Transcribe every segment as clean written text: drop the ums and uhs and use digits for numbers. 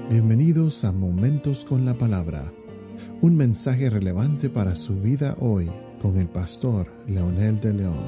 Bienvenidos a Momentos con la Palabra, un mensaje relevante para su vida hoy con el pastor Leonel de León.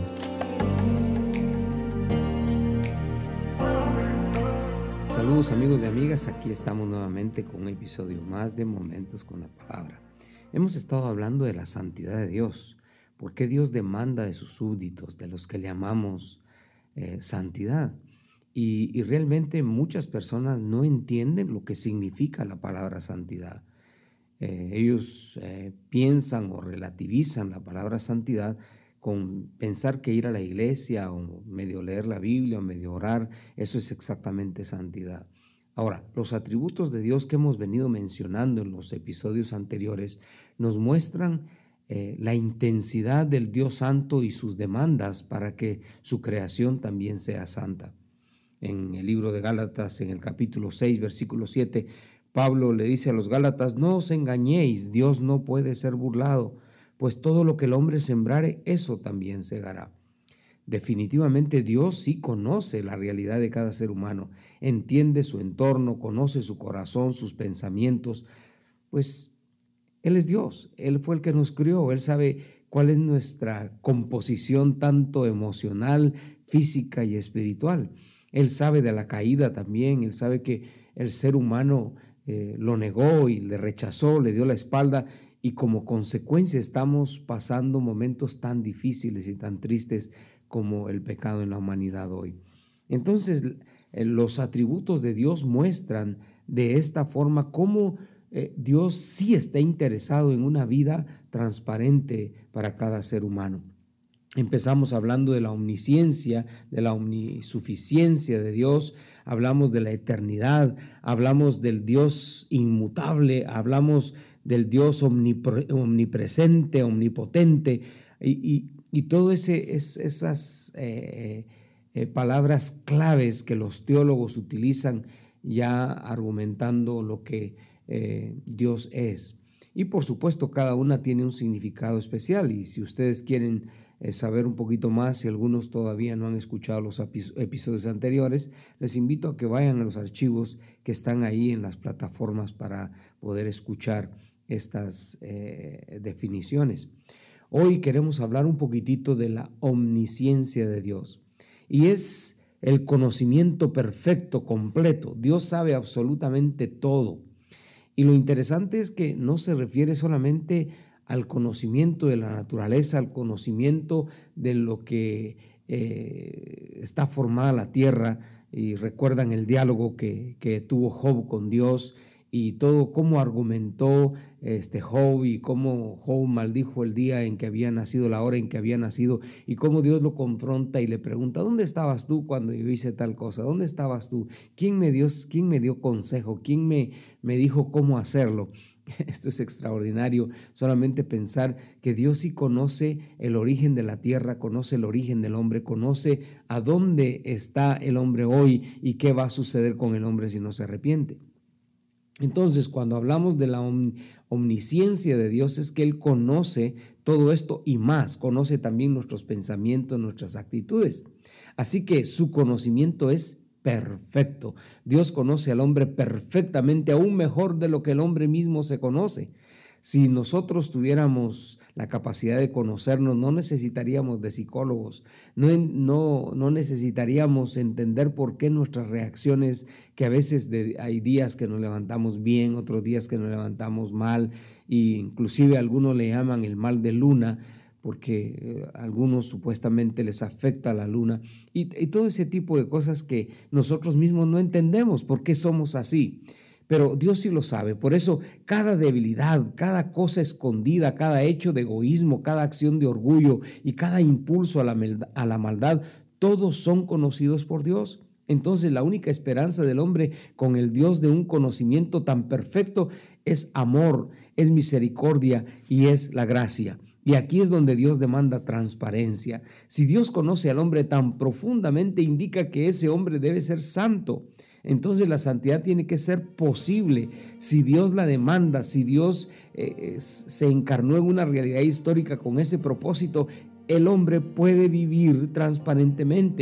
Saludos amigos y amigas, aquí estamos nuevamente con un episodio más de Momentos con la Palabra. Hemos estado hablando de la santidad de Dios, por qué Dios demanda de sus súbditos, de los que le amamos santidad. Y realmente muchas personas no entienden lo que significa la palabra santidad. Ellos piensan o relativizan la palabra santidad con pensar que ir a la iglesia o medio leer la Biblia o medio orar, eso es exactamente santidad. Ahora, los atributos de Dios que hemos venido mencionando en los episodios anteriores nos muestran la intensidad del Dios Santo y sus demandas para que su creación también sea santa. En el libro de Gálatas, en el capítulo 6, versículo 7, Pablo le dice a los Gálatas: no os engañéis, Dios no puede ser burlado, pues todo lo que el hombre sembrare, eso también segará. Definitivamente Dios sí conoce la realidad de cada ser humano, entiende su entorno, conoce su corazón, sus pensamientos, pues Él es Dios, Él fue el que nos crió, Él sabe cuál es nuestra composición tanto emocional, física y espiritual. Él sabe de la caída también, Él sabe que el ser humano lo negó y le rechazó, le dio la espalda y como consecuencia estamos pasando momentos tan difíciles y tan tristes como el pecado en la humanidad hoy. Entonces, los atributos de Dios muestran de esta forma cómo Dios sí está interesado en una vida transparente para cada ser humano. Empezamos hablando de la omnisciencia, de la omnisuficiencia de Dios, hablamos de la eternidad, hablamos del Dios inmutable, hablamos del Dios omnipresente, omnipotente y todas esas palabras claves que los teólogos utilizan ya argumentando lo que Dios es. Y por supuesto cada una tiene un significado especial y si ustedes quieren saber un poquito más, si algunos todavía no han escuchado los episodios anteriores, les invito a que vayan a los archivos que están ahí en las plataformas para poder escuchar estas definiciones. Hoy queremos hablar un poquitito de la omnisciencia de Dios y es el conocimiento perfecto, completo. Dios sabe absolutamente todo. Y lo interesante es que no se refiere solamente al conocimiento de la naturaleza, al conocimiento de lo que está formada la tierra. Y recuerdan el diálogo que tuvo Job con Dios y todo cómo argumentó Job y cómo Job maldijo el día en que había nacido, la hora en que había nacido y cómo Dios lo confronta y le pregunta: ¿dónde estabas tú cuando yo hice tal cosa? ¿Dónde estabas tú? ¿Quién me dio consejo? ¿Quién me dijo cómo hacerlo? Esto es extraordinario, solamente pensar que Dios sí conoce el origen de la tierra, conoce el origen del hombre, conoce a dónde está el hombre hoy y qué va a suceder con el hombre si no se arrepiente. Entonces, cuando hablamos de la omnisciencia de Dios, es que Él conoce todo esto y más, conoce también nuestros pensamientos, nuestras actitudes. Así que su conocimiento es perfecto. Dios conoce al hombre perfectamente, aún mejor de lo que el hombre mismo se conoce. Si nosotros tuviéramos la capacidad de conocernos, no necesitaríamos de psicólogos, no necesitaríamos entender por qué nuestras reacciones, que a veces hay días que nos levantamos bien, otros días que nos levantamos mal, e inclusive algunos le llaman el mal de luna, porque a algunos supuestamente les afecta la luna y todo ese tipo de cosas que nosotros mismos no entendemos por qué somos así. Pero Dios sí lo sabe, por eso cada debilidad, cada cosa escondida, cada hecho de egoísmo, cada acción de orgullo y cada impulso a la maldad, todos son conocidos por Dios. Entonces la única esperanza del hombre con el Dios de un conocimiento tan perfecto es amor, es misericordia y es la gracia. Y aquí es donde Dios demanda transparencia. Si Dios conoce al hombre tan profundamente, indica que ese hombre debe ser santo. Entonces la santidad tiene que ser posible. Si Dios la demanda, si Dios se encarnó en una realidad histórica con ese propósito, el hombre puede vivir transparentemente.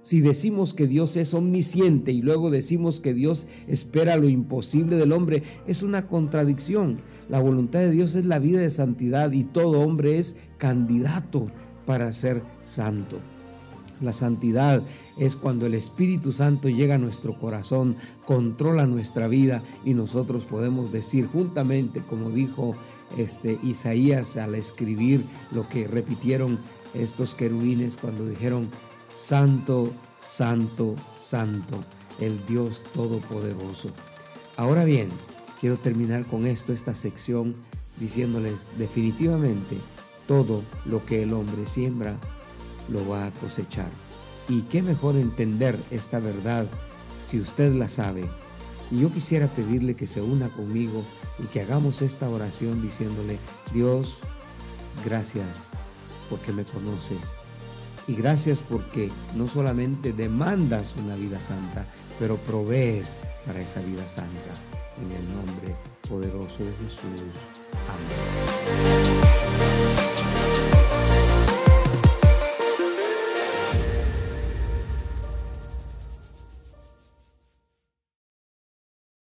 Si decimos que Dios es omnisciente y luego decimos que Dios espera lo imposible del hombre, es una contradicción. La voluntad de Dios es la vida de santidad y todo hombre es candidato para ser santo. La santidad es cuando el Espíritu Santo llega a nuestro corazón, controla nuestra vida y nosotros podemos decir juntamente, como dijo Isaías al escribir lo que repitieron estos querubines cuando dijeron: Santo, santo, santo, el Dios Todopoderoso. Ahora bien, quiero terminar con esta sección, diciéndoles definitivamente, todo lo que el hombre siembra, lo va a cosechar. Y qué mejor entender esta verdad si usted la sabe. Y yo quisiera pedirle que se una conmigo y que hagamos esta oración diciéndole: Dios, gracias porque me conoces. Y gracias porque no solamente demandas una vida santa, pero provees para esa vida santa. En el nombre poderoso de Jesús. Amén.